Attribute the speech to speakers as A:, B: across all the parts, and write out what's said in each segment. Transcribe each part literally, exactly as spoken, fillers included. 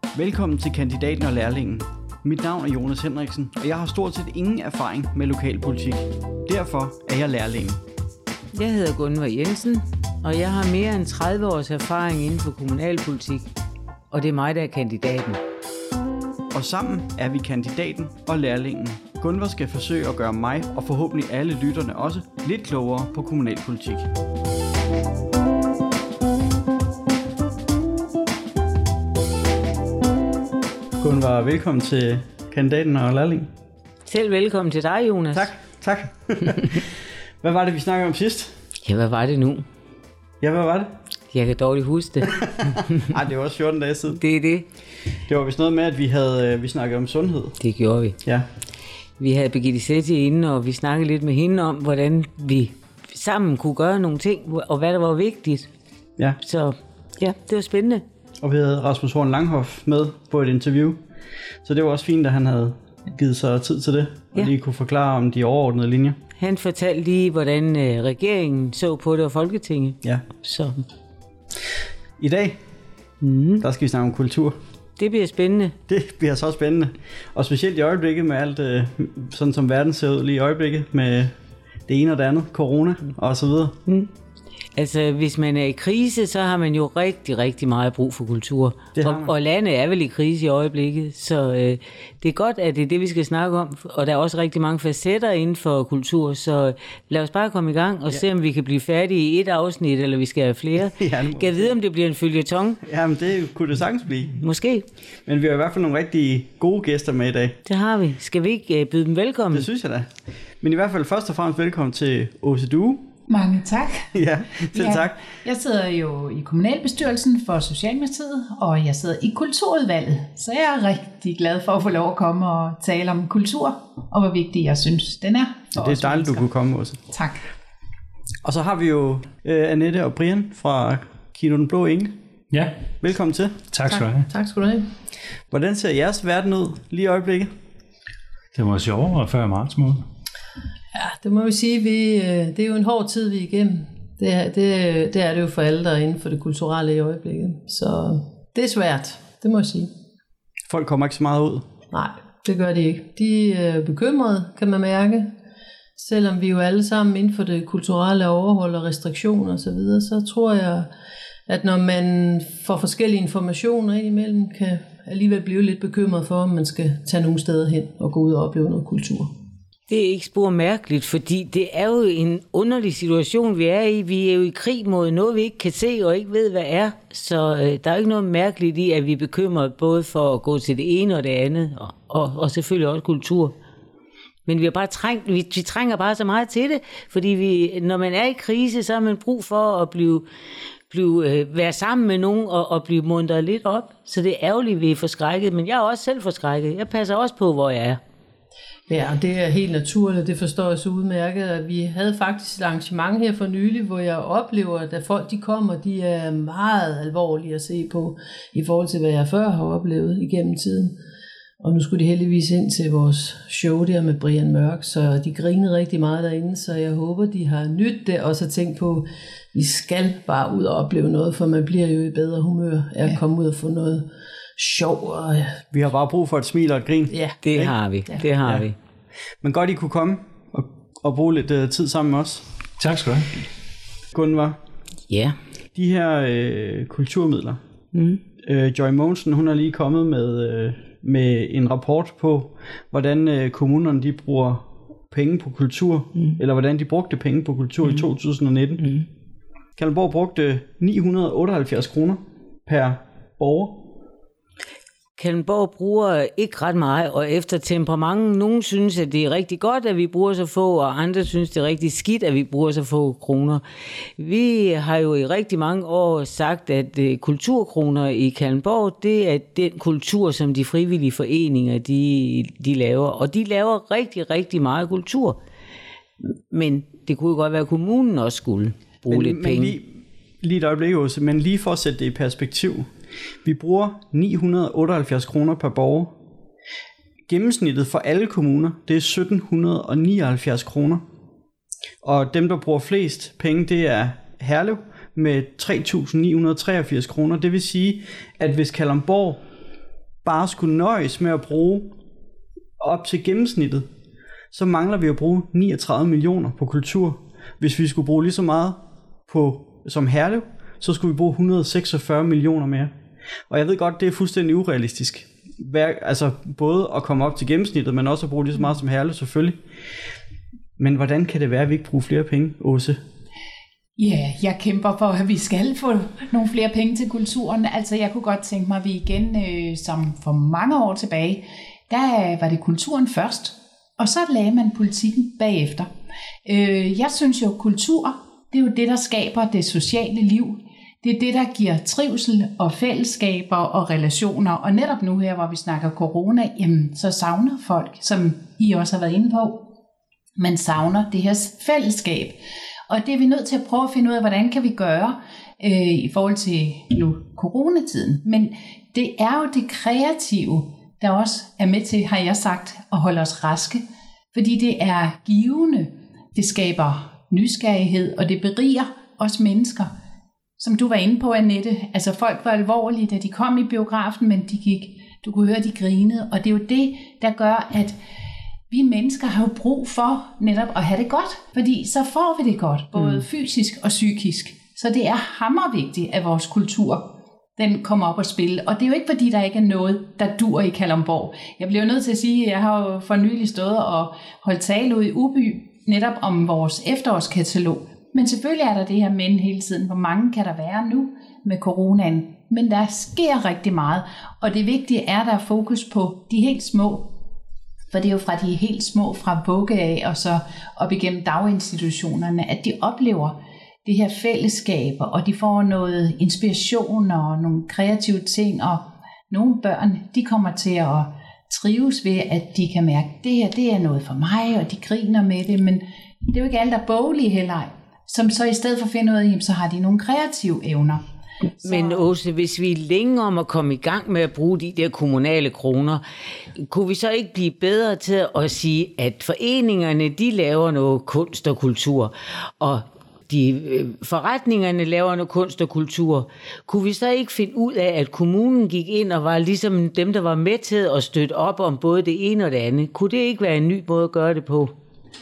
A: Velkommen til Kandidaten og Lærlingen. Mit navn er Jonas Henriksen, og jeg har stort set ingen erfaring med lokalpolitik. Derfor er jeg lærlingen.
B: Jeg hedder Gunvar Jensen, og jeg har mere end tredive års erfaring inden for kommunalpolitik. Og det er mig, der er kandidaten.
A: Og sammen er vi kandidaten og lærlingen. Gunvar skal forsøge at gøre mig, og forhåbentlig alle lytterne også, lidt klogere på kommunalpolitik. Gunvar, velkommen til kandidaten og lærlingen.
B: Selv velkommen til dig, Jonas.
A: Tak, tak. Hvad var det, vi snakkede om sidst?
B: Ja, hvad var det nu?
A: Ja, hvad var det?
B: Jeg kan dårligt huske det.
A: Ej, det var også fjorten dage siden.
B: Det er det.
A: Det var vist noget med, at vi havde vi snakkede om sundhed.
B: Det gjorde vi.
A: Ja.
B: Vi havde Birgitte Setti inde, og vi snakkede lidt med hende om, hvordan vi sammen kunne gøre nogle ting, og hvad der var vigtigt.
A: Ja.
B: Så ja, det var spændende.
A: Og vi havde Rasmus Horn Langhoff med på et interview. Så det var også fint, at han havde givet sig tid til det, og
B: ja.
A: lige kunne forklare om de overordnede linjer.
B: Han fortalte lige, hvordan øh, regeringen så på det og Folketinget.
A: Ja.
B: Så.
A: I dag,
B: mm.
A: der skal vi snakke om kultur.
B: Det bliver spændende.
A: Det bliver så spændende. Og specielt i øjeblikket med alt, øh, sådan som verden ser ud lige i øjeblikket, med det ene og det andet, corona og så videre.
B: Mm. Altså, hvis man er i krise, så har man jo rigtig, rigtig meget brug for kultur. Og, og landet er vel i krise i øjeblikket, så øh, det er godt, at det er det, vi skal snakke om. Og der er også rigtig mange facetter inden for kultur, så lad os bare komme i gang og ja. se, om vi kan blive færdige i et afsnit, eller vi skal have flere. Ja, kan jeg vide, om det bliver en føljeton?
A: Jamen, det kunne det sagtens blive.
B: Måske.
A: Men vi har i hvert fald nogle rigtig gode gæster med i dag.
B: Det har vi. Skal vi ikke byde dem velkommen?
A: Det synes jeg da. Men i hvert fald først og fremmest velkommen til Åse Due.
C: Mange tak.
A: Ja, selv ja, tak.
C: Jeg sidder jo i kommunalbestyrelsen for Socialdemokratiet, og jeg sidder i kulturudvalget, så jeg er rigtig glad for at få lov at komme og tale om kultur, og hvor vigtig jeg synes, den er for
A: Det er dejligt, du kunne komme også.
C: Tak.
A: Og så har vi jo uh, Annette og Brian fra Kino Den Blå Engel.
D: Ja.
A: Velkommen til.
D: Tak skal du have.
C: Tak skal du have.
A: Hvordan ser jeres verden ud lige i øjeblikket?
D: Det var sjovere før marts måned.
E: Ja, det må vi sige, vi, det er jo en hård tid, vi er igennem. Det er, det, det er det jo for alle, der er inden for det kulturelle i øjeblikket. Så det er svært, det må jeg sige.
A: Folk kommer ikke så meget ud?
E: Nej, det gør de ikke. De er bekymrede, kan man mærke. Selvom vi jo alle sammen inden for det kulturelle overholder restriktioner og så videre, så tror jeg, at når man får forskellige informationer indimellem, kan alligevel blive lidt bekymret for, om man skal tage nogle steder hen og gå ud og opleve noget kultur.
B: Det er ikke spor mærkeligt, fordi det er jo en underlig situation, vi er i. Vi er jo i krig mod noget, vi ikke kan se og ikke ved, hvad er. Så øh, der er jo ikke noget mærkeligt i, at vi er bekymret både for at gå til det ene og det andet, og, og, og selvfølgelig også kultur. Men vi har bare trængt, vi, vi trænger bare så meget til det, fordi vi, når man er i krise, så har man brug for at blive, blive, øh, være sammen med nogen og, og blive muntret lidt op. Så det er ærgerligt, at vi er forskrækket, men jeg er også selv forskrækket. Jeg passer også på, hvor jeg er.
E: Ja, det er helt naturligt, det forstår jeg så udmærket, at vi havde faktisk et arrangement her for nylig, hvor jeg oplever, at folk de kommer, de er meget alvorlige at se på, i forhold til hvad jeg før har oplevet igennem tiden. Og nu skulle de heldigvis ind til vores show der med Brian Mørk, så de grinede rigtig meget derinde, så jeg håber, de har nydt det, og så tænkt på, vi skal bare ud og opleve noget, for man bliver jo i bedre humør af at komme ud og få noget sjov. Og
A: vi har bare brug for et smil og et grin.
B: Ja, det ikke? har vi. Ja. Det har ja. vi.
A: Men godt, I kunne komme og, og bruge lidt uh, tid sammen med os.
D: Tak skal du have.
A: Gunvar.
B: Ja.
A: De her øh, kulturmidler.
B: Mm.
A: Øh, Joy Mogensen, hun er lige kommet med, øh, med en rapport på, hvordan øh, kommunerne de bruger penge på kultur, mm. eller hvordan de brugte penge på kultur mm. i to tusind nitten. Mm. Kalundborg brugte ni hundrede otteoghalvfjerds kroner per borger.
B: Kalundborg bruger ikke ret meget, og efter temperament, nogen synes, at det er rigtig godt, at vi bruger så få, og andre synes, det er rigtig skidt, at vi bruger så få kroner. Vi har jo i rigtig mange år sagt, at kulturkroner i Kalundborg, det er den kultur, som de frivillige foreninger, de, de laver. Og de laver rigtig, rigtig meget kultur. Men det kunne jo godt være, at kommunen også skulle bruge
A: men,
B: lidt
A: men
B: penge.
A: Lige, lige et øjeblik også, men lige for at sætte det i perspektiv. Vi bruger ni hundrede otteoghalvfjerds kroner per borger. Gennemsnittet for alle kommuner, det er sytten nioghalvfjerds kroner. Og dem, der bruger flest penge, det er Herlev med tre tusind ni hundrede treogfirs kroner. Det vil sige, at hvis Kalundborg bare skulle nøjes med at bruge op til gennemsnittet, så mangler vi at bruge niogtredive millioner på kultur. Hvis vi skulle bruge lige så meget på som Herlev, så skulle vi bruge et hundrede og seksogfyrre millioner mere. Og jeg ved godt, det er fuldstændig urealistisk. Hver, altså både at komme op til gennemsnittet, men også at bruge lige så meget som Herlev selvfølgelig. Men hvordan kan det være, at vi ikke bruger flere penge, Åse?
C: Ja, yeah, jeg kæmper for, at vi skal få nogle flere penge til kulturen. Altså jeg kunne godt tænke mig, at vi igen, øh, som for mange år tilbage, der var det kulturen først, og så lagde man politikken bagefter. Øh, jeg synes jo, kultur, det er jo det, der skaber det sociale liv. Det er det, der giver trivsel og fællesskaber og relationer. Og netop nu her, hvor vi snakker corona, jamen, så savner folk, som I også har været inde på, man savner det her fællesskab. Og det er vi nødt til at prøve at finde ud af, hvordan kan vi gøre øh, i forhold til nu coronatiden. Men det er jo det kreative, der også er med til, har jeg sagt, at holde os raske. Fordi det er givende, det skaber nysgerrighed, og det beriger os mennesker. Som du var inde på, Annette, altså folk var alvorlige, da de kom i biografen, men de gik, du kunne høre, de grinede. Og det er jo det, der gør, at vi mennesker har jo brug for netop at have det godt. Fordi så får vi det godt, både mm. fysisk og psykisk. Så det er hammervigtigt, at vores kultur den kommer op og spille. Og det er jo ikke, fordi der ikke er noget, der dur i Kalundborg. Jeg bliver jo nødt til at sige, at jeg har jo for nylig stået og holdt tale ud i Uby, netop om vores efterårskatalog. Men selvfølgelig er der det her men hele tiden. Hvor mange kan der være nu med coronaen? Men der sker rigtig meget. Og det vigtige er, at der er fokus på de helt små. For det er jo fra de helt små, fra vugge af og så op igennem daginstitutionerne, at de oplever det her fællesskab, og de får noget inspiration og nogle kreative ting, og nogle børn, de kommer til at trives ved, at de kan mærke, at det her, det er noget for mig, og de griner med det, men det er jo ikke alle, der er boglige heller, som så i stedet for at finde ud af, så har de nogle kreative evner. Så...
B: Men Åse, hvis vi er længe om at komme i gang med at bruge de der kommunale kroner, kunne vi så ikke blive bedre til at sige, at foreningerne, de laver noget kunst og kultur, og de forretningerne laver noget kunst og kultur. Kunne vi så ikke finde ud af, at kommunen gik ind og var ligesom dem, der var med til at støtte op om både det ene og det andet? Kunne det ikke være en ny måde at gøre det på?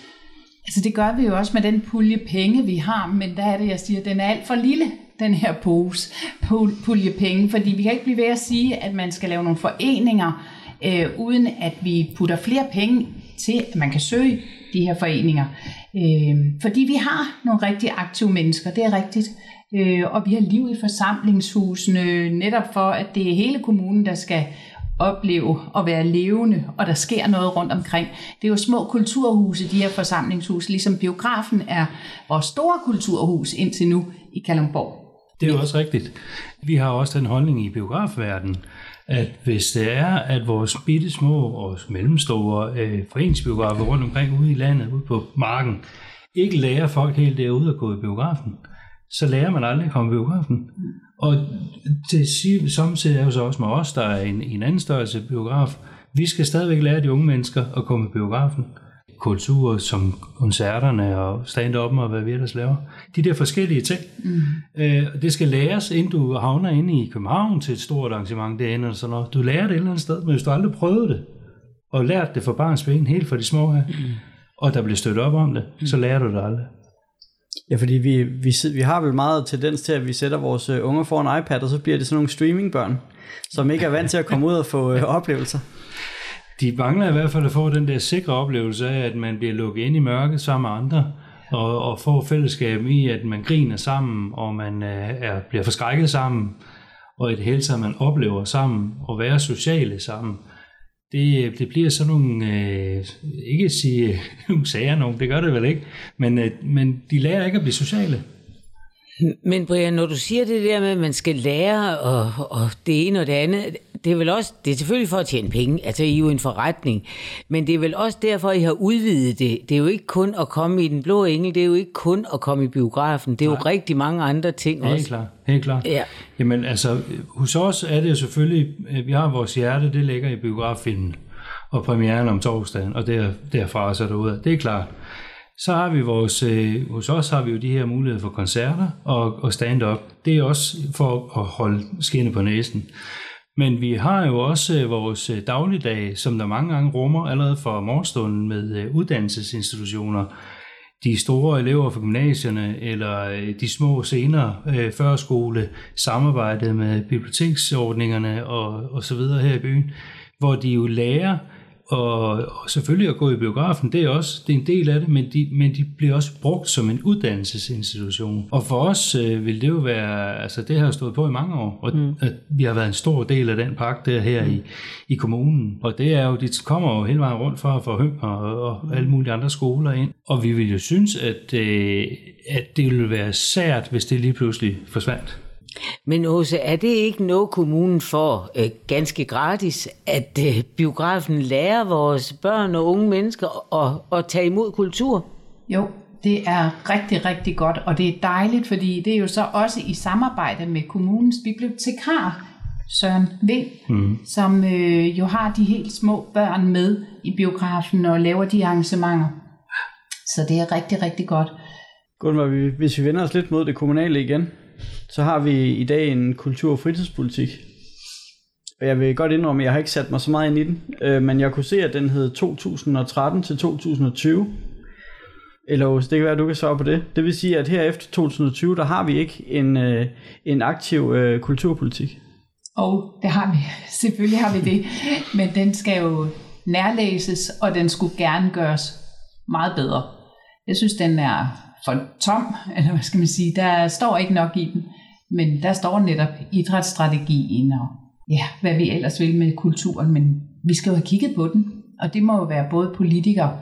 C: Altså det gør vi jo også med den pulje penge, vi har, men der er det, jeg siger, den er alt for lille, den her pose, pulje penge, fordi vi kan ikke blive ved at sige, at man skal lave nogle foreninger, øh, uden at vi putter flere penge til, at man kan søge de her foreninger. Øh, fordi vi har nogle rigtig aktive mennesker, det er rigtigt, øh, og vi har liv i forsamlingshusene, netop for, at det er hele kommunen, der skal opleve at være levende, og der sker noget rundt omkring. Det er jo små kulturhuse, de her forsamlingshuse, ligesom biografen er vores store kulturhus indtil nu i Kalundborg.
D: Det er jo også rigtigt. Vi har også den holdning i biografverdenen, at hvis det er, at vores bitte små og mellemstore øh, foreningsbiografer rundt omkring ude i landet, ude på marken, ikke lærer folk helt derude at gå i biografen, så lærer man aldrig at komme i biografen. Og til samtidig er jo så også med os, der er en, en anden størrelse biograf. Vi skal stadigvæk lære de unge mennesker at komme i biografen. Kultur som koncerterne og stand-up'en og hvad vi ellers laver. De der forskellige ting. Mm. Øh, det skal læres, inden du havner inde i København til et stort arrangement derinde. Eller sådan noget. Du lærer det et eller andet sted, men hvis du aldrig prøvede det, og lært det fra barns ben, helt fra de små her, mm. og der bliver støttet op om det, mm. så lærer du det aldrig.
A: Ja, fordi vi, vi, vi har vel meget tendens til, at vi sætter vores unger foran iPad, og så bliver det sådan nogle streamingbørn, som ikke er vant til at komme ud og få øh, oplevelser.
D: De mangler i hvert fald at få den der sikre oplevelse af, at man bliver lukket ind i mørket sammen med andre, og, og får fællesskab i, at man griner sammen, og man øh, er, bliver forskrækket sammen, og i det hele taget man oplever sammen, og være sociale sammen. Det, det bliver sådan nogle, øh, ikke at sige nogle sager nogen, det gør det vel ikke, men, øh, men de lærer ikke at blive sociale.
B: Men Brian, når du siger det der med, at man skal lære og, og det ene og det andet, det er vel også, det er selvfølgelig for at tjene penge, altså I er jo en forretning, men det er vel også derfor, I har udvidet det. Det er jo ikke kun at komme i Den Blå Engel, det er jo ikke kun at komme i biografen, det er Nej. jo rigtig mange andre ting også.
D: Helt klart, helt klart.
B: Ja.
D: Jamen altså, hos os er det jo selvfølgelig, vi har vores hjerte, det ligger i biograffilmen, og premieren om torsdagen, og der, derfra så derude, det er klart. Så har vi vores, øh, hos os har vi jo de her muligheder for koncerter og, og stand-up. Det er også for at holde skinnet på næsen. Men vi har jo også vores dagligdag, som der mange gange rummer allerede fra morgenstunden med uddannelsesinstitutioner. De store elever fra gymnasierne, eller de små senere øh, førskole, samarbejdet med biblioteksordningerne og, og så videre her i byen, hvor de jo lærer, og, og selvfølgelig at gå i biografen, det er også det er en del af det, men de, men de bliver også brugt som en uddannelsesinstitution. Og for os øh, vil det jo være, altså det har stået på i mange år, og mm. at vi har været en stor del af den pakke der her mm. i, i kommunen. Og det er jo, de kommer jo hele vejen rundt fra for Høng og, og mm. alle mulige andre skoler ind. Og vi vil jo synes, at, øh, at det ville være sært, hvis det lige pludselig forsvandt.
B: Men Åse, er det ikke noget, kommunen får øh, ganske gratis, at øh, biografen lærer vores børn og unge mennesker at, at tage imod kultur?
C: Jo, det er rigtig, rigtig godt, og det er dejligt, fordi det er jo så også i samarbejde med kommunens bibliotekar, Søren Vind, mm. som øh, jo har de helt små børn med i biografen og laver de arrangementer. Så det er rigtig, rigtig godt.
A: Gunvar, hvis vi vender os lidt mod det kommunale igen, så har vi i dag en kultur- og fritidspolitik. Og jeg vil godt indrømme, at jeg har ikke sat mig så meget ind i den, øh, men jeg kunne se, at den hed to tusind og tretten til to tusind og tyve. Eller det kan være, at du kan svare på det. Det vil sige, at her efter to tusind og tyve, der har vi ikke en, øh, en aktiv øh, kulturpolitik.
C: Og det har vi. Selvfølgelig har vi det. Men den skal jo nærlæses, og den skulle gerne gøres meget bedre. Jeg synes, den er for tom, eller hvad skal man sige, der står ikke nok i den, men der står netop idrætsstrategien og ja, hvad vi ellers vil med kulturen, men vi skal jo have kigget på den, og det må jo være både politikere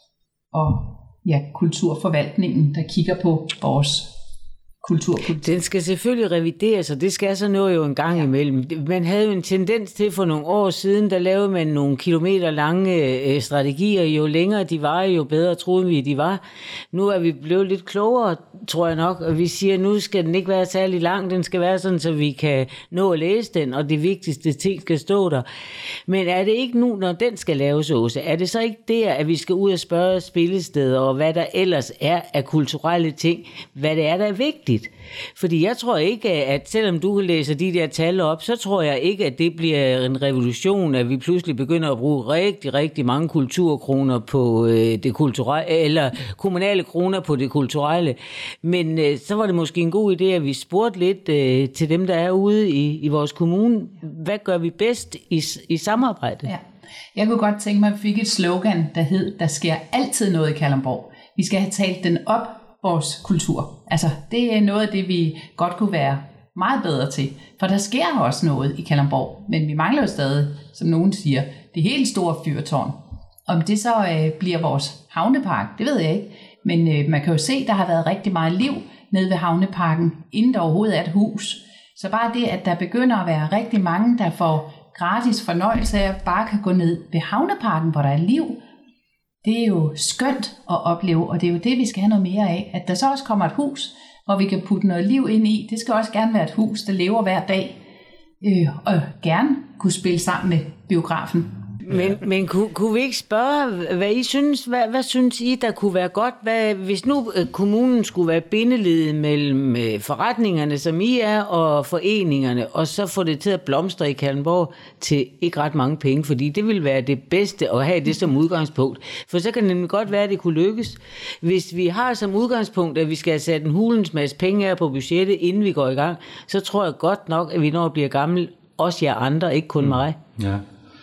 C: og ja, kulturforvaltningen, der kigger på vores kulturpolitik.
B: Den skal selvfølgelig revideres, og det skal så nå jo en gang ja. imellem. Man havde jo en tendens til for nogle år siden, der lavede man nogle kilometer lange øh, strategier. Jo længere de var, jo bedre troede vi, de var. Nu er vi blevet lidt klogere, tror jeg nok, og vi siger, nu skal den ikke være særlig lang, den skal være sådan, så vi kan nå at læse den, og det vigtigste ting skal stå der. Men er det ikke nu, når den skal laves, Åse, er det så ikke der, at vi skal ud og spørge spillesteder, og hvad der ellers er af kulturelle ting, hvad det er, der er vigtigt? Fordi jeg tror ikke, at selvom du læser de der tal op, så tror jeg ikke, at det bliver en revolution, at vi pludselig begynder at bruge rigtig, rigtig mange kulturkroner på øh, det kulturelle, eller kommunale kroner på det kulturelle. Men øh, så var det måske en god idé, at vi spurgte lidt øh, til dem, der er ude i, i vores kommune. Hvad gør vi bedst i, i samarbejde?
C: Ja. Jeg kunne godt tænke mig, at vi fik et slogan, der hed, der sker altid noget i Kalundborg. Vi skal have talt den op, vores kultur. Altså, det er noget af det, vi godt kunne være meget bedre til. For der sker også noget i Kalundborg, men vi mangler jo stadig, som nogen siger, det helt store fyrtårn. Om det så øh, bliver vores havnepark, det ved jeg ikke. Men øh, man kan jo se, der har været rigtig meget liv nede ved havneparken, inden der overhovedet er et hus. Så bare det, at der begynder at være rigtig mange, der får gratis fornøjelse af at bare kan gå ned ved havneparken, hvor der er liv, det er jo skønt at opleve, og det er jo det, vi skal have noget mere af. At der så også kommer et hus, hvor vi kan putte noget liv ind i. Det skal også gerne være et hus, der lever hver dag, øh, og gerne kunne spille sammen med biografen.
B: Men, men kunne, kunne vi ikke spørge, hvad I synes, hvad, hvad synes I, der kunne være godt? Hvad, hvis nu kommunen skulle være bindeledet mellem forretningerne, som I er, og foreningerne, og så få det til at blomstre i Kalundborg til ikke ret mange penge, fordi det ville være det bedste at have det som udgangspunkt. For så kan det nemlig godt være, at det kunne lykkes. Hvis vi har som udgangspunkt, at vi skal have sat en hulens masse penge her på budgettet, inden vi går i gang, så tror jeg godt nok, at vi når at blive gamle, også jer andre, ikke kun mig.
D: Ja.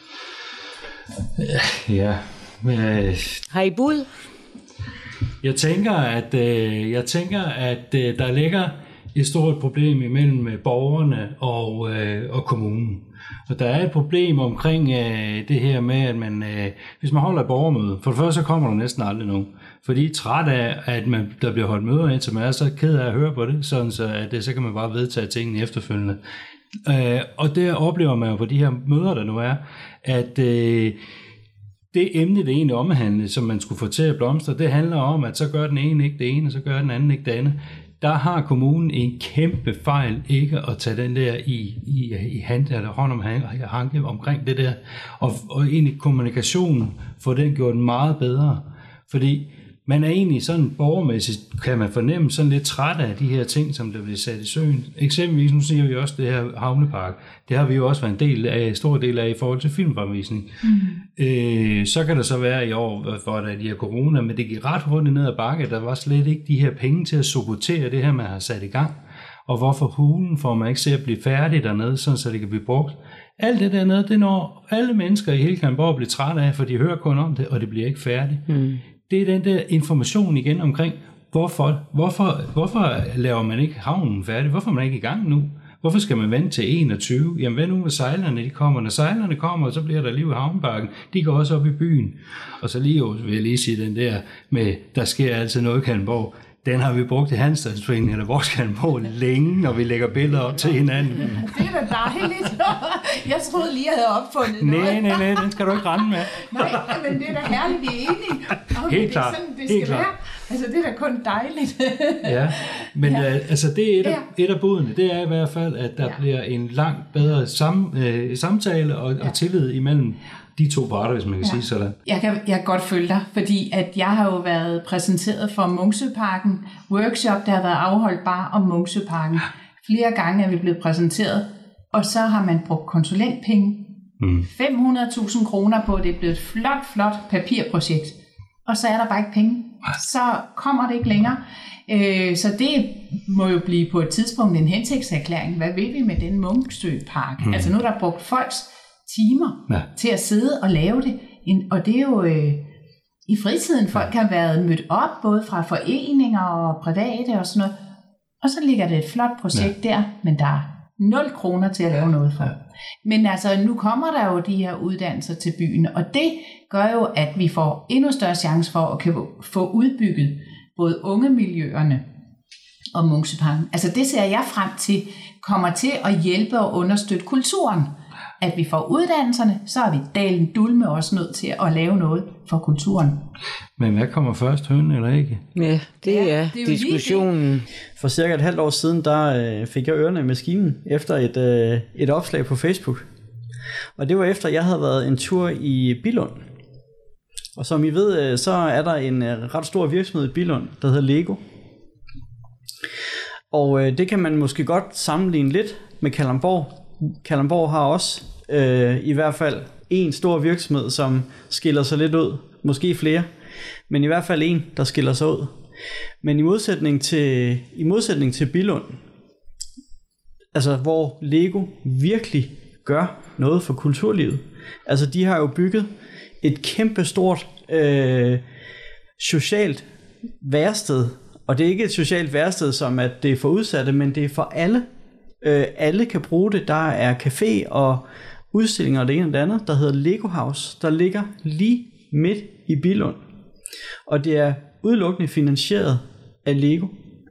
D: Ja. Øh,
B: Har I bud?
D: Jeg tænker, at øh, jeg tænker, at øh, der ligger et stort problem imellem borgerne og øh, og kommunen. Og der er et problem omkring øh, det her med, at man øh, hvis man holder et borgermøde, for det første så kommer der næsten aldrig nogen. Fordi de er træt af, at man, der bliver holdt møder indtil man er så ked af at høre på det, sådan så at det, så kan man bare vedtage tingene efterfølgende. Øh, og det oplever man jo på de her møder, der nu er, at øh, det emne, det egentlig omhandler, som man skulle få til at blomstre, det handler om, at så gør den ene ikke det ene, og så gør den anden ikke det andet. Der har kommunen en kæmpe fejl ikke at tage den der i, i, i hand, eller hånd om hanke omkring det der, og, og egentlig kommunikationen, for den gjort meget bedre. Fordi man er egentlig sådan borgermæssigt, kan man fornemme, sådan lidt træt af de her ting, som der bliver sat i søen. Eksempelvis, nu siger vi også det her havnepark. Det har vi jo også været en del af, en stor del af i forhold til filmfremvisning. Mm. Øh, så kan der så være i år, for at de her corona, men det gik ret hurtigt ned ad bakke. Der var slet ikke de her penge til at supportere det her, man har sat i gang. Og hvorfor hulen får man ikke se at blive færdig dernede, sådan så det kan blive brugt. Alt det dernede, det når alle mennesker i hele Kalundborg bliver trætte af, for de hører kun om det, og det bliver ikke færdigt. Mm. Det er den der information igen omkring, hvorfor, hvorfor, hvorfor laver man ikke havnen færdig? Hvorfor er man ikke i gang nu? Hvorfor skal man vente til enogtyve? Jamen hvad nu med sejlerne, de kommer? Når sejlerne kommer, så bliver der liv i havneparken. De går også op i byen. Og så lige vil jeg lige sige den der med, der sker altid noget i Kalundborg. Den har vi brugt i Handstandsforeningen eller vores Kalundborg længe, når vi lægger billeder op til hinanden.
C: Det er da dejligt. Jeg troede lige, jeg havde opfundet noget.
D: Nej, nej, nej, den skal du ikke rende med.
C: Nej, men det er da herligt, vi er enige. Oh,
D: Helt
C: det
D: klart.
C: Er sådan, det skal
D: Helt
C: være.
D: klart.
C: Altså, det er da kun dejligt.
D: Ja, men ja. Øh, altså, det er et af,
C: ja.
D: et af budene. Det er i hvert fald, at der ja. bliver en langt bedre sam, øh, samtale og, ja. og tillid imellem de to parter, hvis man kan ja. sige sådan.
C: Jeg kan, jeg kan godt følge dig, fordi at jeg har jo været præsenteret for Munksøparken, workshop, der har været afholdt bare om Munksøparken. Flere gange er vi blevet præsenteret, og så har man brugt konsulentpenge. Mm. fem hundrede tusind kroner på, det er blevet et flot, flot papirprojekt. Og så er der bare ikke penge. Så kommer det ikke længere. Øh, så det må jo blive på et tidspunkt en hensigtserklæring. Hvad vil vi med den Munksøpark? Mm. Altså nu er der brugt folks timer ja. til at sidde og lave det. Og det er jo øh, i fritiden, folk har været mødt op, både fra foreninger og private og sådan noget. Og så ligger det et flot projekt ja. der, men der er nul kroner til at lave noget for. Ja. Men altså, nu kommer der jo de her uddannelser til byen, og det gør jo, at vi får endnu større chance for at kan få udbygget både ungemiljøerne og Munksøparken. Altså det ser jeg frem til, kommer til at hjælpe og understøtte kulturen. At vi får uddannelserne, så er vi dalen dulme også nødt til at lave noget for kulturen.
D: Men hvad kommer først, hønen eller ikke?
B: Ja, det ja, er det er diskussionen.
A: For cirka et halvt år siden, der øh, fik jeg ørerne i maskinen efter et, øh, et opslag på Facebook. Og det var efter, jeg havde været en tur i Billund. Og som I ved, øh, så er der en øh, ret stor virksomhed i Billund, der hedder Lego. Og øh, det kan man måske godt sammenligne lidt med Kalundborg. Kalundborg har også øh, i hvert fald en stor virksomhed, som skiller sig lidt ud. Måske flere, men i hvert fald en, der skiller sig ud. Men i modsætning til, i modsætning til Billund, altså hvor Lego virkelig gør noget for kulturlivet. Altså de har jo bygget et kæmpe stort øh, socialt værested. Og det er ikke et socialt værested, som at det er for udsatte, men det er for alle. Øh, alle kan bruge det. Der er café og udstillinger og det ene og det andet, der hedder Lego House, der ligger lige midt i Billund. Og det er udelukkende finansieret af Lego.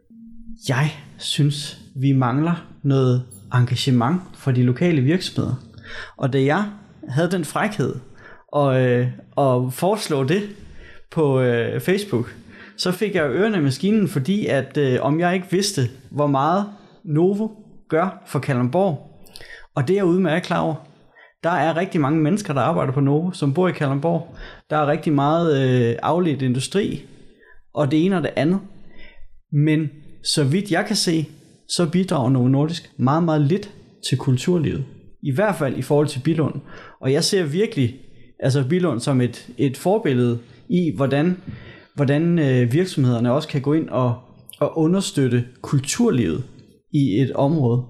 A: Jeg synes, vi mangler noget engagement for de lokale virksomheder. Og da jeg havde den frækhed og, øh, og foreslå det på øh, Facebook, så fik jeg ørerne i maskinen, fordi at øh, om jeg ikke vidste, hvor meget Novo gør for Kalundborg. Og det er jeg udmærket klar over. Der er rigtig mange mennesker, der arbejder på Novo, som bor i Kalundborg. Der er rigtig meget øh, afledt industri, og det ene og det andet. Men så vidt jeg kan se, så bidrager Novo Nordisk meget, meget lidt til kulturlivet. I hvert fald i forhold til Billund. Og jeg ser virkelig altså Billund som et, et forbillede i, hvordan, hvordan øh, virksomhederne også kan gå ind og, og understøtte kulturlivet i et område.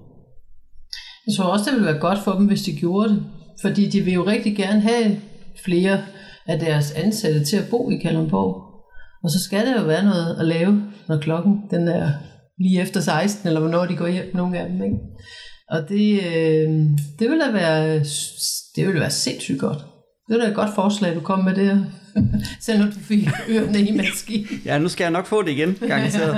E: Jeg tror også, det ville være godt for dem, hvis de gjorde det. Fordi de vil jo rigtig gerne have flere af deres ansatte til at bo i Kalundborg. Og så skal der jo være noget at lave, når klokken den er lige efter seksten, eller hvornår de går hjem, nogle af dem, ikke? Og det, øh, det vil da være, det vil være sindssygt godt. Det er da et godt forslag, du kom med det. Selvom du fik ørerne i maskinen.
A: Ja, nu skal jeg nok få det igen, garanteret.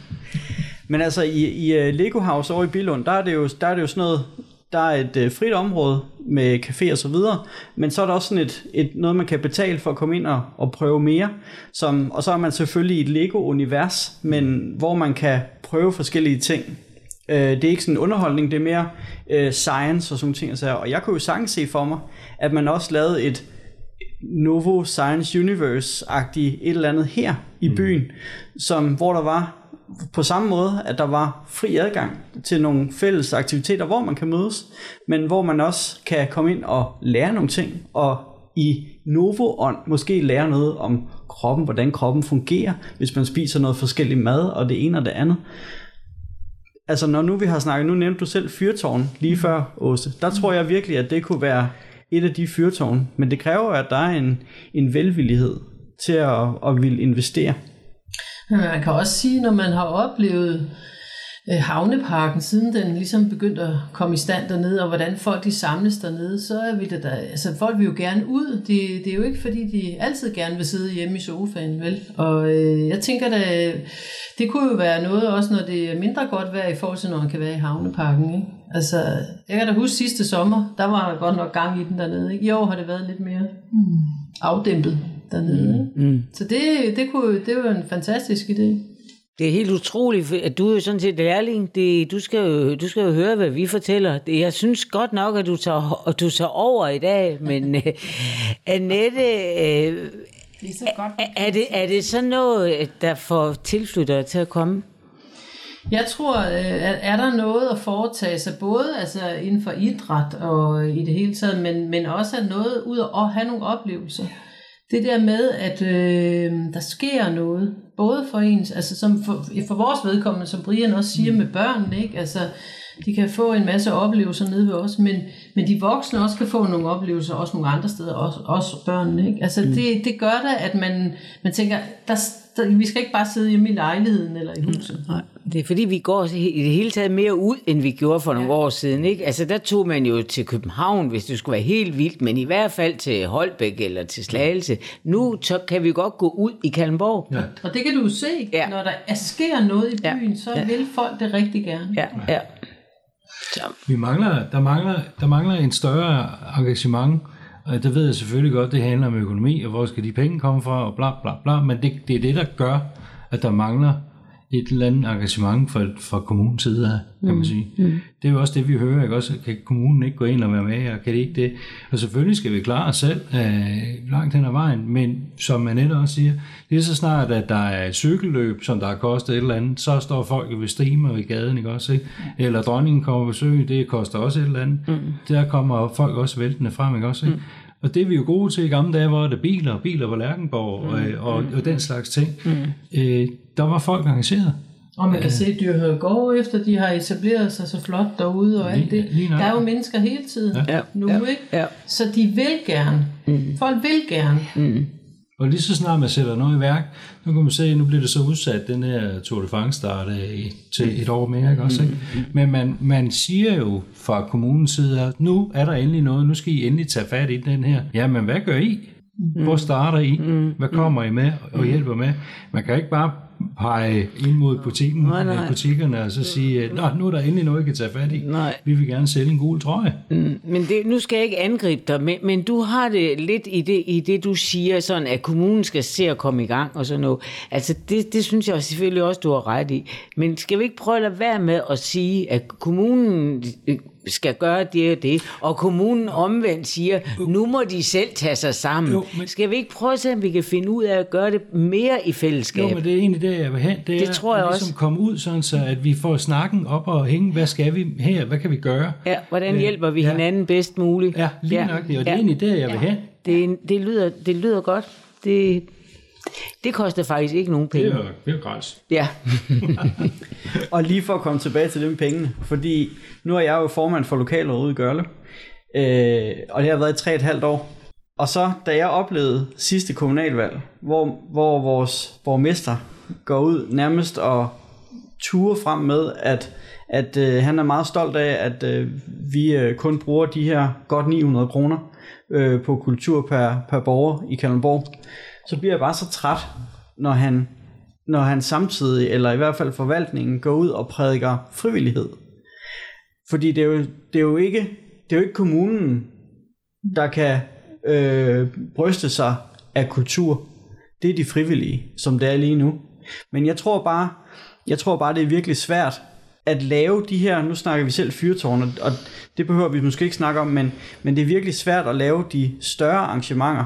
A: Men altså i, i Lego House over i Billund, der er det jo, der er det jo sådan noget, der er et uh, frit område med café og så videre, men så er der også sådan et, et noget, man kan betale for at komme ind og, og prøve mere, som, og så er man selvfølgelig i et Lego-univers, men hvor man kan prøve forskellige ting. Uh, det er ikke sådan en underholdning, det er mere uh, science og sådan ting. Og jeg kunne jo sagtens se for mig, at man også lavede et Novo Science Universe-agtigt et eller andet her i byen, mm. som, hvor der var på samme måde, at der var fri adgang til nogle fælles aktiviteter, hvor man kan mødes, men hvor man også kan komme ind og lære nogle ting, og i Novo-ånd måske lære noget om kroppen, hvordan kroppen fungerer, hvis man spiser noget forskelligt mad, og det ene og det andet. Altså når nu vi har snakket, nu nævnte du selv fyrtårn lige før, Åse, der tror jeg virkelig, at det kunne være et af de fyrtårn, men det kræver, at der er en, en velvillighed til at, at ville investere.
E: Man kan også sige, når man har oplevet øh, havneparken, siden den ligesom begyndte at komme i stand dernede, og hvordan folk de samles dernede, så er vi det der, altså folk vil jo gerne ud. Det, det er jo ikke fordi, de altid gerne vil sidde hjemme i sofaen, vel? Og øh, jeg tænker da, det kunne jo være noget også, når det er mindre godt vejr i forhold til, når man kan være i havneparken, ikke? Altså, jeg kan da huske sidste sommer, der var der godt nok gang i den dernede, ikke? I år har det været lidt mere mm. afdæmpet dernede. Mm. Mm. Så det, det, kunne, det var en fantastisk idé.
B: Det er helt utroligt, at du er jo sådan set lærling. Det, du, skal jo, du skal jo høre, hvad vi fortæller. Det, jeg synes godt nok, at du tager, at du tager over i dag, men uh, Annette, uh,
C: det er, så godt,
B: er, det, er det sådan noget, der får tilflyttere til at komme?
E: Jeg tror, at er der noget at foretage sig, både altså inden for idræt og i det hele taget, men, men også at noget ud at have nogle oplevelser. Det der med, at øh, der sker noget, både for ens, altså som for, for vores vedkommende, som Brian også siger med børnene, ikke? Altså, de kan få en masse oplevelser nede ved os, men, men de voksne også kan få nogle oplevelser, også nogle andre steder, også, også børnene, ikke? Altså, mm. det, det gør da, at man, man tænker, der, der, vi skal ikke bare sidde hjemme i lejligheden eller i huset.
B: Nej, det er fordi, vi går i det hele taget mere ud, end vi gjorde for nogle ja. år siden, ikke? Altså, der tog man jo til København, hvis det skulle være helt vildt, men i hvert fald til Holbæk eller til Slagelse. Nu så kan vi godt gå ud i Kalundborg.
E: Ja. Og det kan du se, ja. Når der sker noget i byen, ja. så ja. vil folk det rigtig gerne.
B: Ja, ja.
D: Så. Vi mangler, der, mangler, der mangler en større engagement, og det ved jeg selvfølgelig godt, det handler om økonomi, og hvor skal de penge komme fra, og bla bla bla, men det, det er det, der gør, at der mangler et eller andet engagement fra, fra kommunens side her, kan man sige. Mm. Mm. Det er jo også det, vi hører, ikke? Også, kan kommunen ikke gå ind og være med, og kan det ikke det? Og selvfølgelig skal vi klare os selv øh, langt hen ad vejen, men som Annette også siger, det er så snart, at der er et cykelløb, som der har kostet et eller andet, så står folk ved streamer i gaden, ikke også? Ikke? Eller dronningen kommer på besøg, det koster også et eller andet. Mm. Der kommer folk også væltende frem, ikke også? Ikke? Mm. Og det er vi jo gode til i gamle dage, hvor der biler, biler på Lærkenborg og, mm. og, og, og den slags ting. Mm. Øh, der var folk engageret.
E: Og man kan se, at Dyrhøj går efter, de har etableret sig så flot derude og alt det. Der er jo mennesker hele tiden ja. nu, ja. ikke? Ja. Så de vil gerne. Mm. Folk vil gerne. Mm.
D: Og lige så snart man sætter noget i værk, nu kan man se, at nu bliver det så udsat, den her Tour de France start til et år mere, ikke også? Ikke? Men man, man siger jo fra kommunens side, at nu er der endelig noget, nu skal I endelig tage fat i den her. Jamen, hvad gør I? Hvor starter I? Hvad kommer I med og hjælper med? Man kan ikke bare pege ind mod butikken, nej, nej. butikkerne og så sige, at nu er der endelig noget, I kan tage fat i. Nej. Vi vil gerne sælge en gul trøje.
B: Mm, men det, nu skal jeg ikke angribe dig, men, men du har det lidt i det, i det, du siger, sådan, at kommunen skal se at komme i gang og sådan noget. Altså, det, det synes jeg selvfølgelig også, du har ret i. Men skal vi ikke prøve at lade være med at sige, at kommunen skal gøre det og det, og kommunen omvendt siger, nu må de selv tage sig sammen. Jo, men skal vi ikke prøve at se, om vi kan finde ud af at gøre det mere i fællesskab?
D: Jo, men det er egentlig det, jeg vil hen. Det, det er tror jeg at ligesom også. Komme ud, sådan så at vi får snakken op og hænge. Hvad skal vi her? Hvad kan vi gøre?
B: Ja, hvordan hjælper vi ja. hinanden bedst muligt?
D: Ja, lige ja. nok det. Og det er ja. egentlig det, jeg vil hen.
B: Det, det, lyder, det lyder godt. Det, det koster faktisk ikke nogen penge.
D: Det er jo, det er jo gratis.
B: Ja.
A: Og lige for at komme tilbage til det med pengene, fordi nu er jeg jo formand for lokalrådet ude i Gørlev, øh, og det har været i tre og et halvt år. Og så, da jeg oplevede sidste kommunalvalg, hvor, hvor vores borgmester går ud nærmest og turer frem med, at, at øh, han er meget stolt af, at øh, vi øh, kun bruger de her godt ni hundrede kroner øh, på kultur per, per borger i Kalundborg, så bliver jeg bare så træt, når han, når han samtidig, eller i hvert fald forvaltningen, går ud og prædiker frivillighed. Fordi det er jo, det er jo, ikke, det er jo ikke kommunen, der kan øh, bryste sig af kultur. Det er de frivillige, som det er lige nu. Men jeg tror bare, jeg tror bare, det er virkelig svært at lave de her, nu snakker vi selv fyrtårne, og det behøver vi måske ikke snakke om, men, men det er virkelig svært at lave de større arrangementer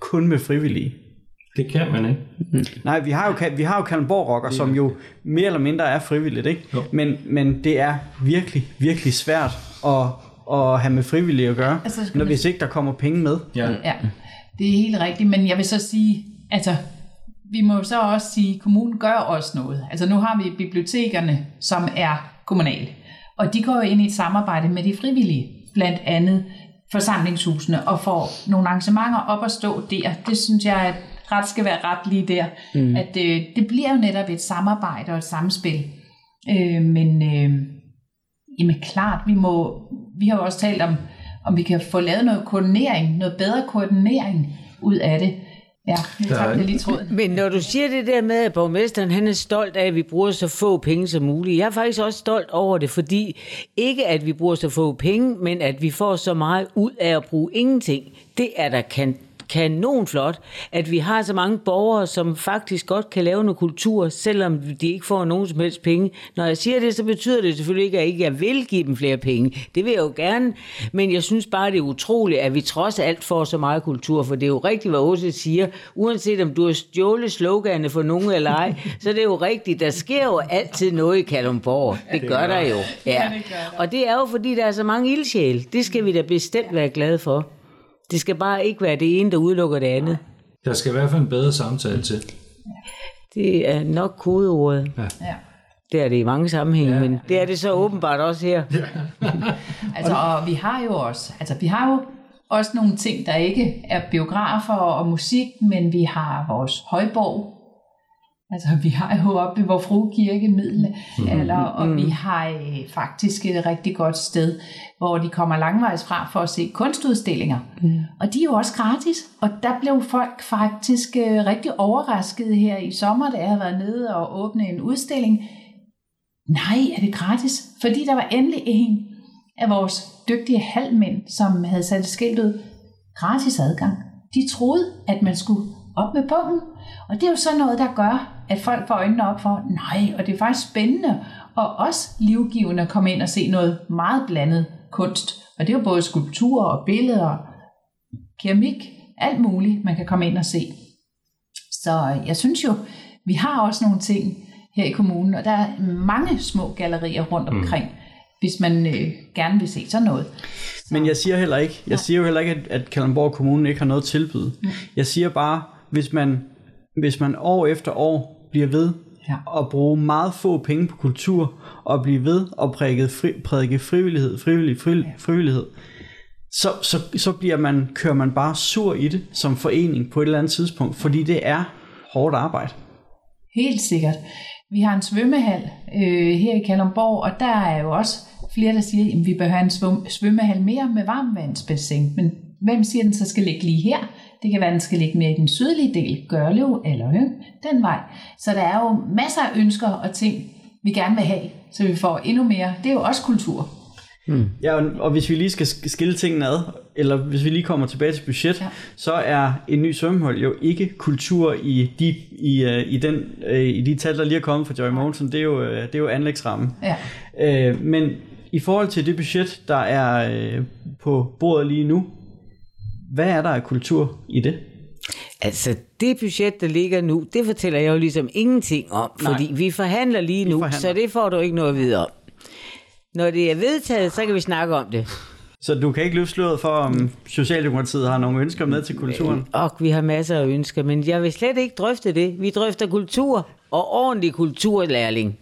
A: kun med frivillige.
D: Det kan man ikke.
A: Mm. Nej, vi har jo, vi har jo Kalundborg Rocker, som jo mere eller mindre er frivilligt, ikke? Men, men det er virkelig, virkelig svært at, at have med frivillige at gøre, altså, når hvis ikke der kommer penge med.
C: Ja. ja, det er helt rigtigt, men jeg vil så sige, altså, vi må så også sige, at kommunen gør også noget. Altså nu har vi bibliotekerne, som er kommunale, og de går jo ind i et samarbejde med de frivillige, blandt andet forsamlingshusene, og får nogle arrangementer op at stå der. Det synes jeg, at ret skal være ret lige der. Mm. At øh, det bliver jo netop et samarbejde og et samspil. Øh, men øh, jamen klart, vi må, vi har jo også talt om, om vi kan få lavet noget koordinering, noget bedre koordinering ud af det. Ja, jeg tager det lige tråden.
B: Men når du siger det der med, at borgmesteren han er stolt af, at vi bruger så få penge som muligt, jeg er faktisk også stolt over det, fordi ikke at vi bruger så få penge, men at vi får så meget ud af at bruge ingenting, det er der kan kanon flot, at vi har så mange borgere, som faktisk godt kan lave noget kultur, selvom de ikke får nogen som helst penge. Når jeg siger det, så betyder det selvfølgelig ikke, at jeg ikke vil give dem flere penge. Det vil jeg jo gerne, men jeg synes bare, det er utroligt, at vi trods alt får så meget kultur, for det er jo rigtigt, hvad Åse siger, uanset om du har stjålet sloganet for nogen eller ej, så det er jo rigtigt, der sker jo altid noget i Kalundborg. Det, det gør der jo. Ja. Og det er jo, fordi der er så mange ildsjæle. Det skal vi da bestemt være glade for. Det skal bare ikke være det ene, der udelukker det andet.
D: Der skal i hvert fald en bedre samtale til.
B: Det er nok kodeordet. Ja. Det er det i mange sammenhænge, ja. Men det er det så åbenbart også her. Ja.
C: altså, og vi har jo også, altså vi har jo også nogle ting, der ikke er biografer og musik, men vi har vores højborg. Altså, vi har jo oppe i Vor Frue Kirke middelalder, og mm. vi har øh, faktisk et rigtig godt sted, hvor de kommer langvejs fra for at se kunstudstillinger. Mm. Og de er jo også gratis, og der blev folk faktisk øh, rigtig overrasket her i sommer, da jeg havde været nede og åbne en udstilling. Nej, er det gratis? Fordi der var endelig en af vores dygtige halvmænd, som havde sat et skilt ud, gratis adgang. De troede, at man skulle op med pungen. Og det er jo sådan noget, der gør, at folk får øjnene op for, nej, og det er faktisk spændende, og også livgivende at komme ind og se noget meget blandet kunst. Og det er jo både skulpturer og billeder, keramik, alt muligt, man kan komme ind og se. Så jeg synes jo, vi har også nogle ting her i kommunen, og der er mange små gallerier rundt omkring, mm. hvis man øh, gerne vil se sådan noget. Så.
A: Men jeg siger heller ikke, jeg siger jo heller ikke, at, at Kalundborg Kommune ikke har noget at tilbyde. Mm. Jeg siger bare, hvis man, hvis man år efter år bliver ved ja. at bruge meget få penge på kultur, og blive ved at prædike, fri, prædike frivillighed, frivillig, fri, frivillighed, så, så, så bliver man, kører man bare sur i det som forening på et eller andet tidspunkt, fordi det er hårdt arbejde.
C: Helt sikkert. Vi har en svømmehal øh, her i Kalundborg, og der er jo også flere, der siger, at vi bør have en svøm- svømmehal mere med varmvandsbassin. Men hvem siger, at den så skal ligge lige her? Det kan være, at den skal ligge mere i den sydlige del, Gørlev eller Høng, den vej. Så der er jo masser af ønsker og ting, vi gerne vil have, så vi får endnu mere. Det er jo også kultur.
A: Hmm. Ja, og, og hvis vi lige skal skille tingene ad, eller hvis vi lige kommer tilbage til budget, ja. så er en ny svømmehal jo ikke kultur i de, i, i den, i de tal, der lige er kommet fra Joy Mogensen. Det er jo, det er jo anlægsrammen. Ja. Øh, men i forhold til det budget, der er øh, på bordet lige nu, hvad er der af kultur i det?
B: Altså, det budget, der ligger nu, det fortæller jeg jo ligesom ingenting om, fordi Nej. vi forhandler lige nu, forhandler. Så det får du ikke noget at vide om. Når det er vedtaget, så kan vi snakke om det.
A: Så du kan ikke løfte sløret for, om Socialdemokratiet har nogle ønsker med til kulturen?
B: Og vi har masser af ønsker, men jeg vil slet ikke drøfte det. Vi drøfter kultur og ordentlig kulturlærling.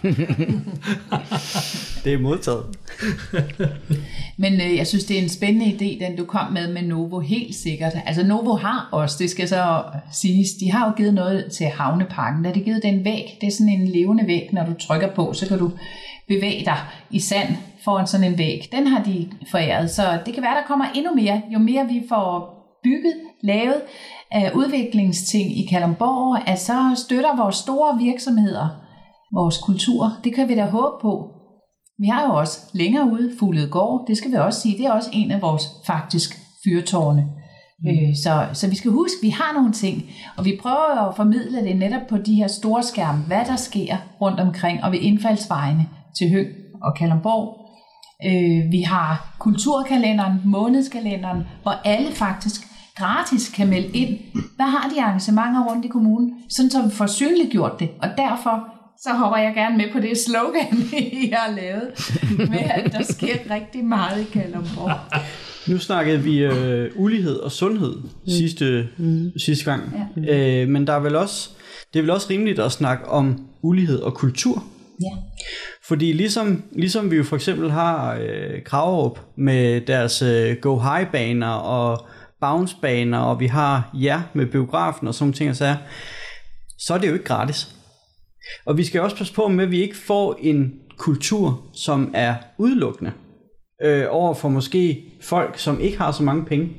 A: Det er modtaget.
C: Men øh, jeg synes, det er en spændende idé, den du kom med med Novo, helt sikkert. Altså Novo har også, det skal så siges, de har jo givet noget til Havneparken. Der har de givet den væg, det er sådan en levende væg, når du trykker på, så kan du bevæge dig i sand foran sådan en væg. Den har de foræret, så det kan være, der kommer endnu mere. Jo mere vi får bygget, lavet af udviklingsting i Kalundborg, at så støtter vores store virksomheder vores kultur. Det kan vi da håbe på. Vi har jo også længere ude Fugledgård, det skal vi også sige, det er også en af vores faktisk fyrtårne. Mm. Øh, så, så vi skal huske, vi har nogle ting, og vi prøver at formidle det netop på de her store skærme, hvad der sker rundt omkring, og ved indfaldsvejene til Høng og Kalundborg. Øh, vi har kulturkalenderen, månedskalenderen, hvor alle faktisk gratis kan melde ind. Hvad har de arrangementer rundt i kommunen? Sådan så vi får synliggjort det. Og derfor så hopper jeg gerne med på det slogan, I har lavet, med at der sker rigtig meget i Kalundborg.
A: Nu snakkede vi øh, ulighed og sundhed mm. sidste, mm. sidste gang. Ja. Øh, men der er vel også, det er vel også rimeligt at snakke om ulighed og kultur.
C: Ja.
A: Fordi ligesom, ligesom vi jo for eksempel har øh, Kragerup med deres øh, Go High-baner og bounce-baner, og vi har jer med biografen og sådan ting og sager, så er det jo ikke gratis. Og vi skal også passe på med, at vi ikke får en kultur, som er udelukkende øh, over for måske folk, som ikke har så mange penge.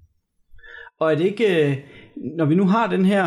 A: Og er det ikke, øh, når vi nu har den her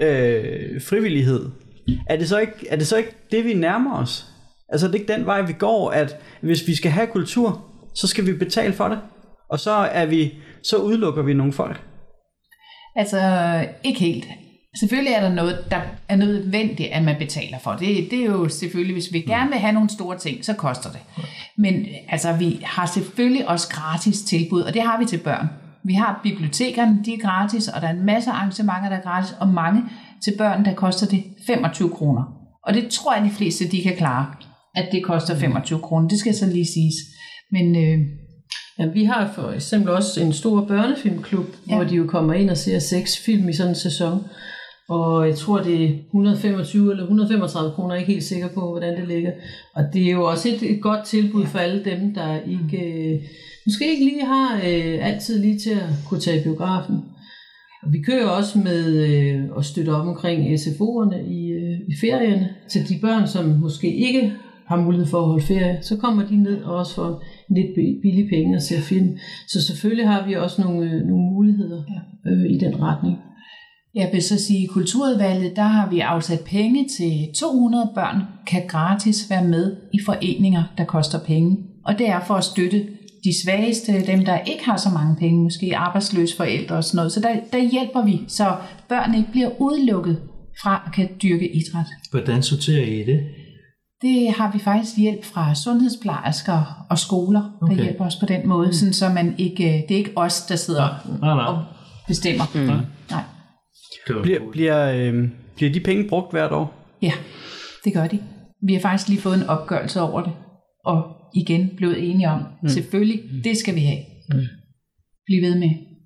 A: øh, frivillighed, er det, så ikke, er det så ikke det, vi nærmer os? Altså er det ikke den vej, vi går, at hvis vi skal have kultur, så skal vi betale for det, og så er vi, så udelukker vi nogle folk?
C: Altså ikke helt. Selvfølgelig er der noget, der er nødvendigt, at man betaler for. Det, det er jo selvfølgelig, hvis vi gerne vil have nogle store ting, så koster det. Men altså, vi har selvfølgelig også gratis tilbud, og det har vi til børn. Vi har bibliotekerne, de er gratis, og der er en masse arrangementer, der er gratis, og mange til børn, der koster det femogtyve kroner. Og det tror jeg, de fleste de kan klare, at det koster femogtyve kroner. Det skal så lige siges. Men øh,
E: ja, vi har for eksempel også en stor børnefilmklub, ja. Hvor de jo kommer ind og ser seks film i sådan en sæson. Og jeg tror, det er et hundrede og femogtyve eller et hundrede og femogtredive kroner, jeg er ikke helt sikker på, hvordan det ligger. Og det er jo også et, et godt tilbud for alle dem, der ikke, øh, måske ikke lige har øh, altid lige til at kunne tage i biografen. Og vi kører også med øh, at støtte op omkring S F O'erne i, øh, i ferierne til de børn, som måske ikke har mulighed for at holde ferie. Så kommer de ned og også får lidt billige penge og ser film. Så selvfølgelig har vi også nogle, øh, nogle muligheder øh, i den retning.
C: Jeg vil så sige, at i Kulturudvalget, der har vi afsat penge til to hundrede børn, kan gratis være med i foreninger, der koster penge. Og det er for at støtte de svageste, dem der ikke har så mange penge, måske arbejdsløse forældre og sådan noget. Så der, der hjælper vi, så børn ikke bliver udelukket fra at kan dyrke idræt.
D: Hvordan sorterer I det?
C: Det har vi faktisk hjælp fra sundhedsplejersker og skoler, der okay. hjælper os på den måde, mm. sådan så man ikke, det er ikke os, der sidder
D: nej, nej, nej.
C: og bestemmer. Mm. Nej.
A: Bliver, bliver, øh, bliver de penge brugt hvert år?
C: Ja, det gør de. Vi har faktisk lige fået en opgørelse over det, og igen blevet enige om, mm. selvfølgelig, det skal vi have. Mm. Bliv ved med.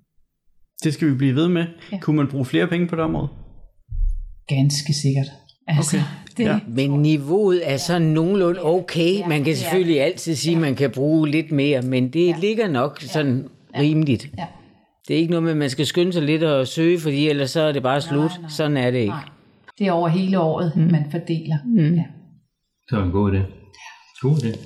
A: Det skal vi blive ved med. Ja. Kunne man bruge flere penge på det område?
C: Ganske sikkert. Altså,
A: okay.
C: det,
A: ja.
B: Men niveauet er så nogenlunde okay. Man kan selvfølgelig altid sige, at man kan bruge lidt mere, men det ja. ligger nok sådan ja. rimeligt. Ja. Det er ikke noget med, at man skal skynde sig lidt og søge, fordi ellers så er det bare slut. Nej, nej. Sådan er det ikke. Nej.
C: Det er over hele året, mm. man fordeler. Mm. Ja.
D: Det var en god idé. God idé.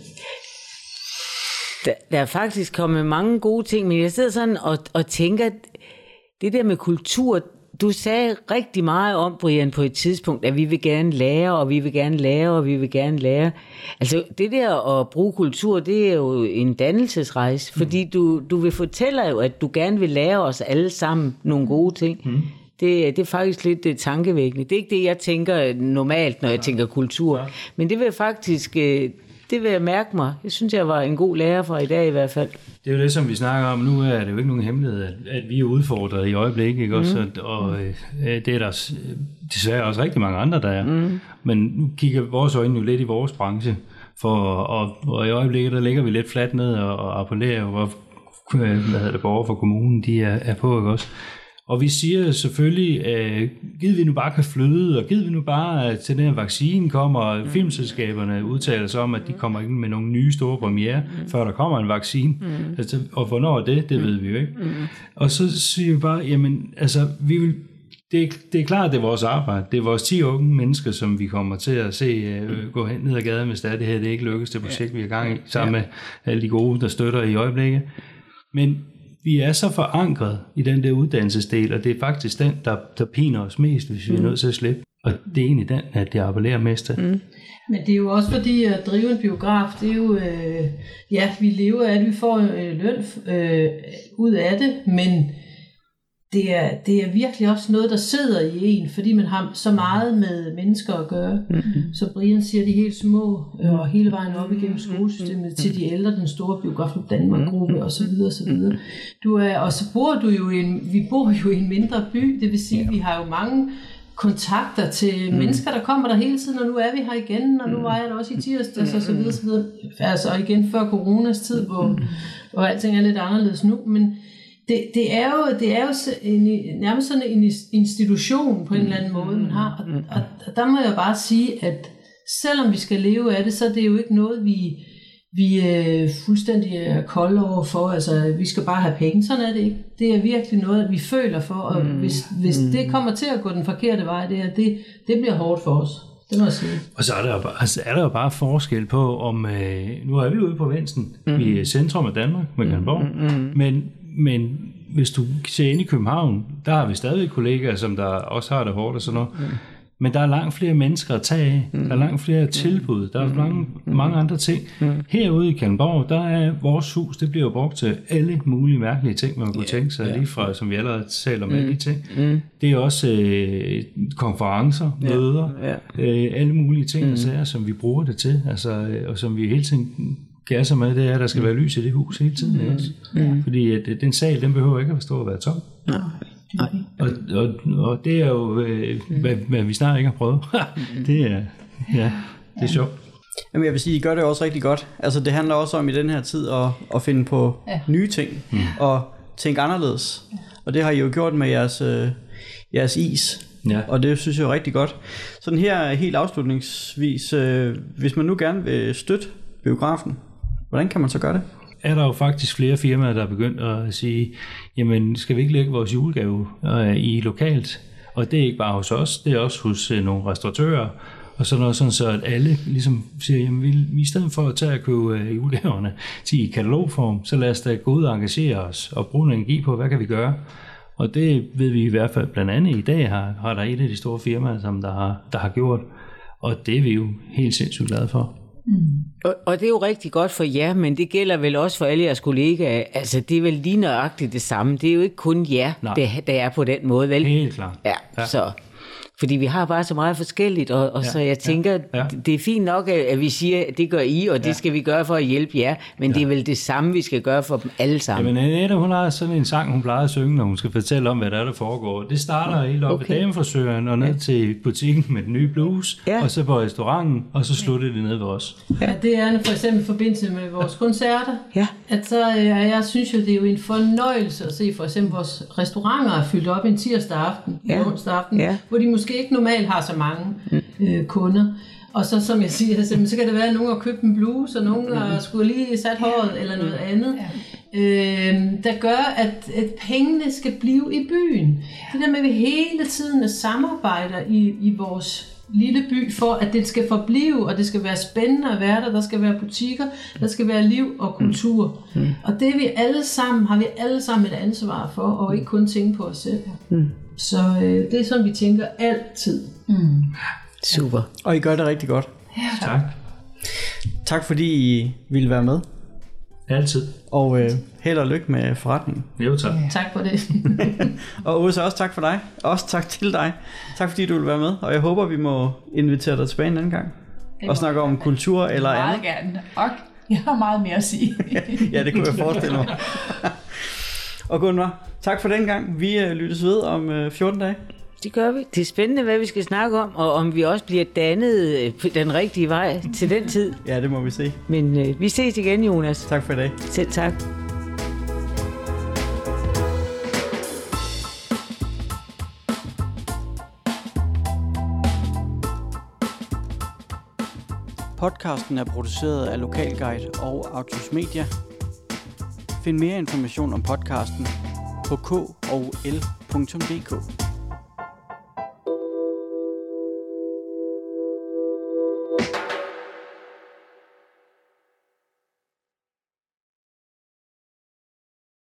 B: Der, der er faktisk kommet mange gode ting, men jeg sidder sådan og, og tænker, at det der med kultur, du sagde rigtig meget om, Brian, på et tidspunkt, at vi vil gerne lære, og vi vil gerne lære, og vi vil gerne lære. Altså, det der at bruge kultur, det er jo en dannelsesrejse, fordi du, du vil fortælle jo, at du gerne vil lære os alle sammen nogle gode ting. Mm. Det, det er faktisk lidt det tankevækkende. Det er ikke det, jeg tænker normalt, når jeg tænker kultur, men det vil faktisk... Det vil jeg mærke mig. Jeg synes, jeg var en god lærer for i dag i hvert fald.
D: Det er jo det, som vi snakker om. Nu er det jo ikke nogen hemmelighed, at, at vi er udfordret i øjeblikket, ikke? Mm. Også, og øh, det er der desværre også rigtig mange andre, der er. Mm. Men nu kigger vores øjne jo lidt i vores branche, for, og, og i øjeblikket, der ligger vi lidt fladt ned og, og appellerer, hvor hvad hedder det, borgere fra kommunen, de er, er på, ikke også? Og vi siger selvfølgelig, øh, givet vi nu bare kan flyde, og givet vi nu bare, at til den her vaccine kommer, og filmselskaberne udtaler sig om, at de kommer ind med nogle nye store premiere, mm. før der kommer en vaccine. Mm. Altså, og hvornår er det, det ved vi jo ikke. Mm. Og så siger vi bare, jamen, altså, vi vil, det, er, det er klart, at det er vores arbejde. Det er vores ti unge mennesker, som vi kommer til at se øh, gå hen ned ad gaden, hvis det er det her, det ikke lykkes, det projekt, vi er i gang i, sammen med alle de gode, der støtter i øjeblikket. Men vi er så forankret i den der uddannelsesdel, og det er faktisk den, der, der piner os mest, hvis vi er nødt til at slippe. Og det er egentlig den, at jeg appellerer mest til. Mm.
E: Men det er jo også fordi, at drive en biograf, det er jo, øh, ja, vi lever af det, vi får øh, løn øh, ud af det, men det er, det er virkelig også noget, der sidder i en, fordi man har så meget med mennesker at gøre. Mm-hmm. Så Brian siger, de helt små, og hele vejen op igennem skolesystemet, til de ældre, den store Biografklub Danmark-gruppe, og så videre, og så videre. Du er, og så bor du jo i en, vi bor jo i en mindre by, det vil sige, ja. Vi har jo mange kontakter til mm. mennesker, der kommer der hele tiden, og nu er vi her igen, og nu var jeg der også i tirsdags, og så videre, så videre. Altså igen før coronas tid, hvor, mm. hvor alting er lidt anderledes nu, men det, det er jo, det er jo en, nærmest sådan en institution på en eller anden måde, man har, og, og, og der må jeg bare sige, at selvom vi skal leve af det, så er det jo ikke noget, vi vi er fuldstændig er kolde over for, altså vi skal bare have penge, sådan er det ikke. Det er virkelig noget, vi føler for, og mm. hvis, hvis mm. det kommer til at gå den forkerte vej, det, er, det, det bliver hårdt for os. Det må jeg sige.
D: Og så er der jo bare, altså er der jo bare forskel på, om øh, nu er vi ude på Vensen, mm. vi er centrum af Danmark med Kalundborg, mm. men, men hvis du ser ind i København, der har vi stadig kollegaer, som der også har det hårdt og sådan noget. Mm. Men der er langt flere mennesker at tage af. Der er langt flere tilbud. Der er mange, mange andre ting. Herude i Kalundborg, der er vores hus, det bliver jo brugt til alle mulige mærkelige ting, man kunne tænke sig, lige fra, som vi allerede taler om, alle de ting. Det er også øh, konferencer, møder, øh, alle mulige ting, der sager, som vi bruger det til, altså, og som vi hele tiden gasser med, det er, at der skal være lys i det hus hele tiden. Mm. Også. Mm. Fordi at, den sal, den behøver ikke at stå og være tom.
B: Nej. Nej.
D: Og, og, og det er jo, øh, hvad, hvad vi snart ikke har prøvet. det er, ja, det er sjovt.
A: Jamen jeg vil sige, I gør det også rigtig godt. Altså det handler også om i den her tid at, at finde på ja. nye ting mm. og tænke anderledes. Ja. Og det har I jo gjort med jeres, øh, jeres is. Ja. Og det synes jeg er rigtig godt. Sådan her helt afslutningsvis, øh, hvis man nu gerne vil støtte biografen, hvordan kan man så gøre det?
D: Er der jo faktisk flere firmaer, der er begyndt at sige, jamen skal vi ikke lægge vores julegave øh, i lokalt? Og det er ikke bare hos os, det er også hos øh, nogle restauratører, og sådan noget, sådan så at alle ligesom siger, jamen vi, vi i stedet for at tage at købe øh, julegaverne til i katalogform, så lad os da gå ud og engagere os og bruge energi på, hvad kan vi gøre? Og det ved vi i hvert fald blandt andet i dag, har, har der et af de store firmaer, som der har, der har gjort, og det er vi jo helt sindssygt glade for.
B: Mm. Og, og det er jo rigtig godt for jer, men det gælder vel også for alle jeres kollegaer. Altså det er vel lige nøjagtigt det samme. Det er jo ikke kun jer, der, der er på den måde, vel?
D: Helt klart.
B: Ja, ja. Så fordi vi har bare så meget forskelligt, og, og ja, så jeg tænker, ja, ja. det er fint nok, at vi siger, at det gør I, og det ja. skal vi gøre for at hjælpe jer, men ja. det er vel det samme, vi skal gøre for dem alle sammen.
D: Jamen Annette, hun har sådan en sang, hun plejer at synge, når hun skal fortælle om, hvad der er, der foregår. Det starter helt op okay. ved damefrisøren, og ned ja. til butikken med den nye bluse, ja. og så på restauranten, og så slutter det ned ved os.
E: Ja, det er for eksempel i forbindelse med vores koncerter.
B: Ja.
E: At så, jeg synes jo, det er jo en fornøjelse at se for eksempel vores restauranter er fyldt op en tirsdag aften, ja. en onsdag aften, ja. hvor de måske ikke normalt har så mange øh, kunder. Og så som jeg siger, så, så kan det være, at nogen har købt en bluse, og nogen har skulle lige sat håret eller noget andet, øh, der gør, at, at pengene skal blive i byen. Det der med, at vi hele tiden samarbejder i, i vores lille by, for at det skal forblive, og det skal være spændende at være der, der skal være butikker, der skal være liv og kultur. Mm. Og det vi alle sammen, har vi alle sammen et ansvar for, og ikke kun tænke på os selv. Mm. Så øh, det er sådan, vi tænker altid. Mm.
B: Super.
A: Og I gør det rigtig godt.
E: Ja.
D: Tak.
A: Tak fordi I ville være med.
D: Altid.
A: Og øh, held og lykke med forretningen.
D: Jo, tak.
E: Ja. Tak for det.
A: Og Åse, også tak for dig. Også tak til dig. Tak fordi du vil være med. Og jeg håber, vi må invitere dig tilbage en anden gang. Og snakke om kultur eller
C: meget
A: andet.
C: Meget gerne. Og jeg har meget mere at sige.
A: Ja, det kunne jeg forestille mig. Og Gunvar, tak for den gang. Vi øh, lyttes ved om øh, fjorten dage.
B: Det gør vi. Det er spændende, hvad vi skal snakke om, og om vi også bliver dannet på den rigtige vej til den tid.
A: Ja, det må vi se.
B: Men øh, vi ses igen, Jonas.
A: Tak for i dag.
B: Selv tak.
A: Podcasten er produceret af Lokalguide og Autos Media. Find mere information om podcasten på k og l punktum d k.